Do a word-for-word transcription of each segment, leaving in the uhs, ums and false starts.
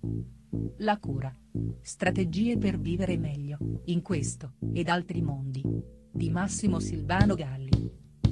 La cura. Strategie per vivere meglio, in questo, ed altri mondi. Di Massimo Silvano Galli.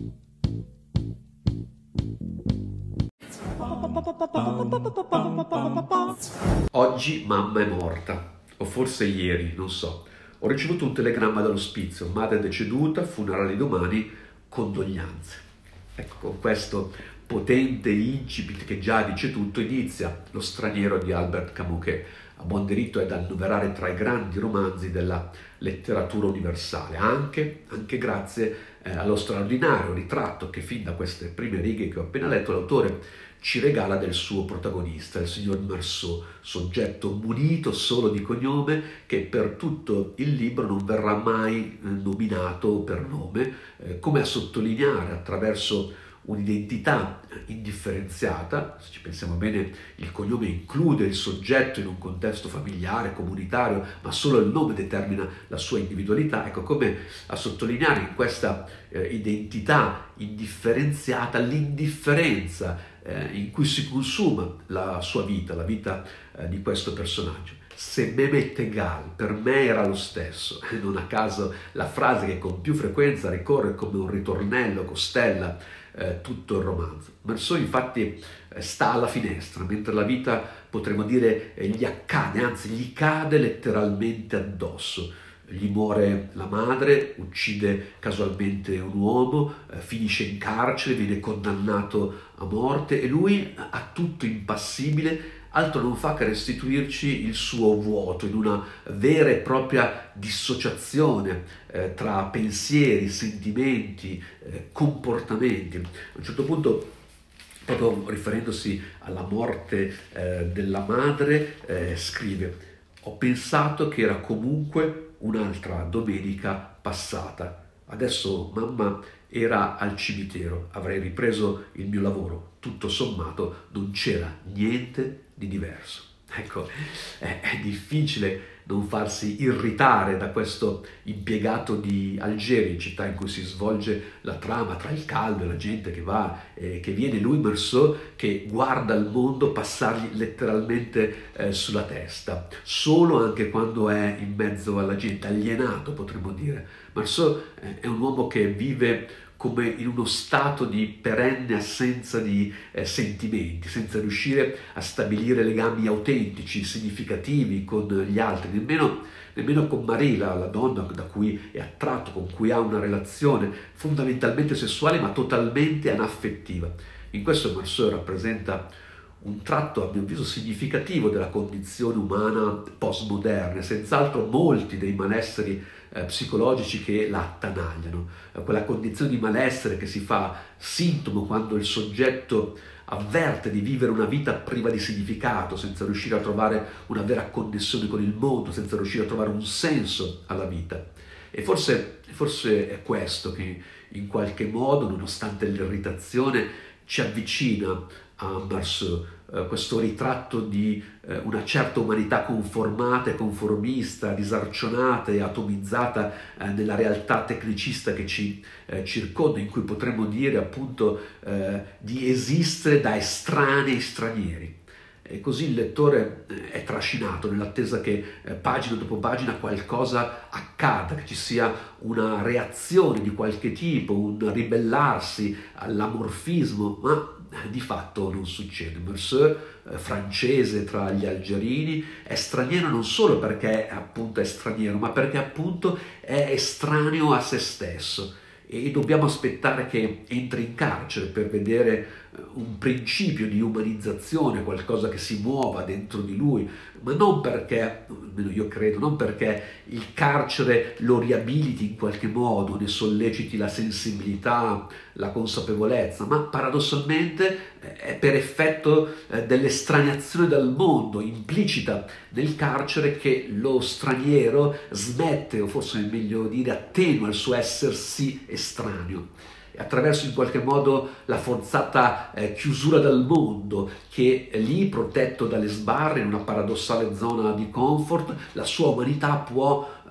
Oggi mamma è morta, o forse ieri, non so. Ho ricevuto un telegramma dall'ospizio, madre deceduta, funerali domani, condoglianze. Ecco, con questo potente incipit che già dice tutto, inizia Lo straniero di Albert Camus, che a buon diritto è da annoverare tra i grandi romanzi della letteratura universale, anche, anche grazie eh, allo straordinario ritratto che fin da queste prime righe che ho appena letto l'autore ci regala del suo protagonista, il signor Meursault, soggetto munito solo di cognome che per tutto il libro non verrà mai eh, nominato per nome, eh, come a sottolineare attraverso un'identità indifferenziata. Se ci pensiamo bene, il cognome include il soggetto in un contesto familiare, comunitario, ma solo il nome determina la sua individualità. Ecco, come a sottolineare in questa eh, identità indifferenziata l'indifferenza eh, in cui si consuma la sua vita, la vita eh, di questo personaggio. Se me mette gal, per me era lo stesso, e non a caso la frase che con più frequenza ricorre come un ritornello costella eh, tutto il romanzo. Meursault infatti eh, sta alla finestra, mentre la vita, potremmo dire, eh, gli accade, anzi gli cade letteralmente addosso. Gli muore la madre, uccide casualmente un uomo, eh, finisce in carcere, viene condannato a morte e lui, a tutto impassibile, altro non fa che restituirci il suo vuoto in una vera e propria dissociazione eh, tra pensieri, sentimenti, eh, comportamenti. A un certo punto, proprio riferendosi alla morte eh, della madre, eh, scrive: «Ho pensato che era comunque un'altra domenica passata. Adesso mamma era al cimitero, avrei ripreso il mio lavoro. Tutto sommato non c'era niente di diverso». Ecco, è, è difficile non farsi irritare da questo impiegato di Algeri, città in cui si svolge la trama, tra il caldo e la gente che va e che viene. Lui, Meursault, che guarda il mondo passargli letteralmente eh, sulla testa, solo anche quando è in mezzo alla gente, alienato potremmo dire. Meursault eh, è un uomo che vive come in uno stato di perenne assenza di eh, sentimenti, senza riuscire a stabilire legami autentici, significativi con gli altri, nemmeno, nemmeno con Marie, la, la donna da cui è attratto, con cui ha una relazione fondamentalmente sessuale ma totalmente anaffettiva. In questo Meursault rappresenta un tratto, a mio avviso, significativo della condizione umana postmoderna, senz'altro molti dei malesseri eh, psicologici che la attanagliano, eh, quella condizione di malessere che si fa sintomo quando il soggetto avverte di vivere una vita priva di significato, senza riuscire a trovare una vera connessione con il mondo, senza riuscire a trovare un senso alla vita. E forse, forse è questo che in qualche modo, nonostante l'irritazione, ci avvicina a Meursault, eh, questo ritratto di eh, una certa umanità conformata e conformista, disarcionata e atomizzata eh, nella realtà tecnicista che ci eh, circonda, in cui potremmo dire appunto eh, di esistere da estranei stranieri. E così il lettore è trascinato nell'attesa che eh, pagina dopo pagina qualcosa accada, che ci sia una reazione di qualche tipo, un ribellarsi all'amorfismo, ma di fatto non succede. Meursault, eh, francese tra gli algerini, è straniero non solo perché appunto è straniero, ma perché appunto è estraneo a se stesso. E dobbiamo aspettare che entri in carcere per vedere un principio di umanizzazione, qualcosa che si muova dentro di lui, ma non perché, almeno io credo, non perché il carcere lo riabiliti in qualche modo, ne solleciti la sensibilità, la consapevolezza, ma paradossalmente è per effetto dell'estraniazione dal mondo implicita nel carcere che lo straniero smette, o forse è meglio dire attenua, il suo essersi estraneo. Attraverso in qualche modo la forzata eh, chiusura dal mondo, che lì, protetto dalle sbarre in una paradossale zona di comfort, la sua umanità può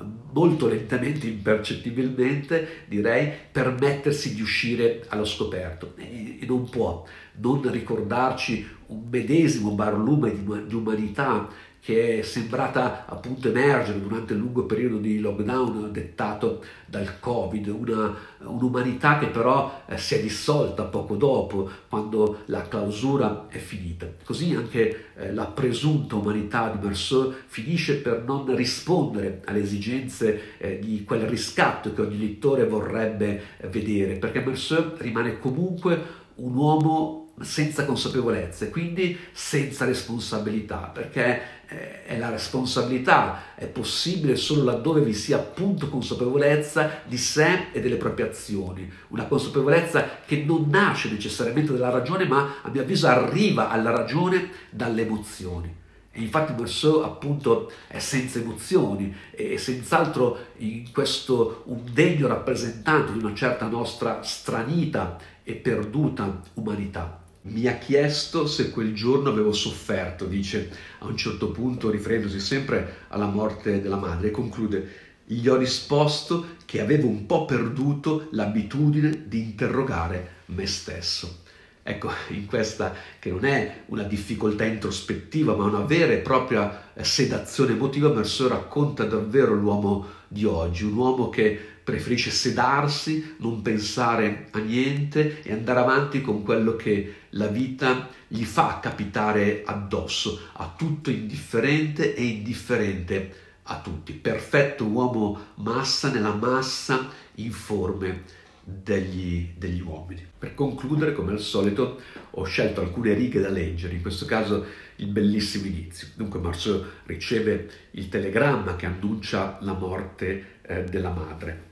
molto lentamente, impercettibilmente, direi, permettersi di uscire allo scoperto e, e non può non ricordarci un medesimo barlume di, di umanità che è sembrata appunto emergere durante il lungo periodo di lockdown dettato dal Covid, una, un'umanità che però eh, si è dissolta poco dopo, quando la clausura è finita. Così anche eh, la presunta umanità di Meursault finisce per non rispondere alle esigenze eh, di quel riscatto che ogni lettore vorrebbe eh, vedere, perché Meursault rimane comunque un uomo senza consapevolezza e quindi senza responsabilità, perché è la responsabilità è possibile solo laddove vi sia appunto consapevolezza di sé e delle proprie azioni, una consapevolezza che non nasce necessariamente dalla ragione, ma a mio avviso arriva alla ragione dalle emozioni. E infatti Meursault appunto è senza emozioni e senz'altro in questo un degno rappresentante di una certa nostra stranita e perduta umanità. Mi ha chiesto se quel giorno avevo sofferto, dice a un certo punto, riferendosi sempre alla morte della madre, e conclude: gli ho risposto che avevo un po' perduto l'abitudine di interrogare me stesso. Ecco, in questa che non è una difficoltà introspettiva, ma una vera e propria sedazione emotiva, Meursault racconta davvero l'uomo di oggi, un uomo che preferisce sedarsi, non pensare a niente e andare avanti con quello che la vita gli fa capitare addosso, a tutto indifferente e indifferente a tutti. Perfetto uomo massa nella massa informe degli, degli uomini. Per concludere, come al solito, ho scelto alcune righe da leggere, in questo caso il bellissimo inizio. Dunque Meursault riceve il telegramma che annuncia la morte eh, della madre.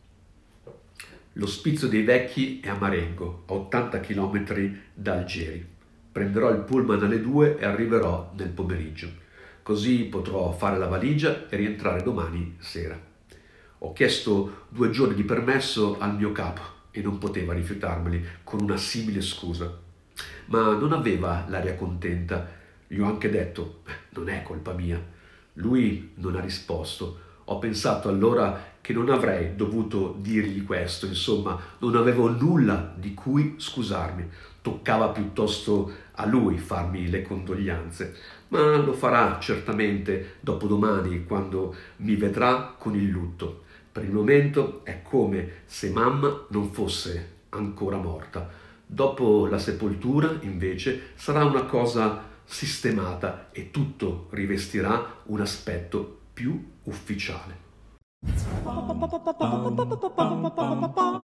L'ospizio dei vecchi è a Marengo, a ottanta chilometri da Algeri. Prenderò il pullman alle due e arriverò nel pomeriggio. Così potrò fare la valigia e rientrare domani sera. Ho chiesto due giorni di permesso al mio capo e non poteva rifiutarmeli con una simile scusa. Ma non aveva l'aria contenta. Gli ho anche detto: non è colpa mia. Lui non ha risposto. Ho pensato allora che non avrei dovuto dirgli questo, insomma, non avevo nulla di cui scusarmi. Toccava piuttosto a lui farmi le condoglianze, ma lo farà certamente dopodomani, quando mi vedrà con il lutto. Per il momento è come se mamma non fosse ancora morta. Dopo la sepoltura, invece, sarà una cosa sistemata e tutto rivestirà un aspetto più ufficiale.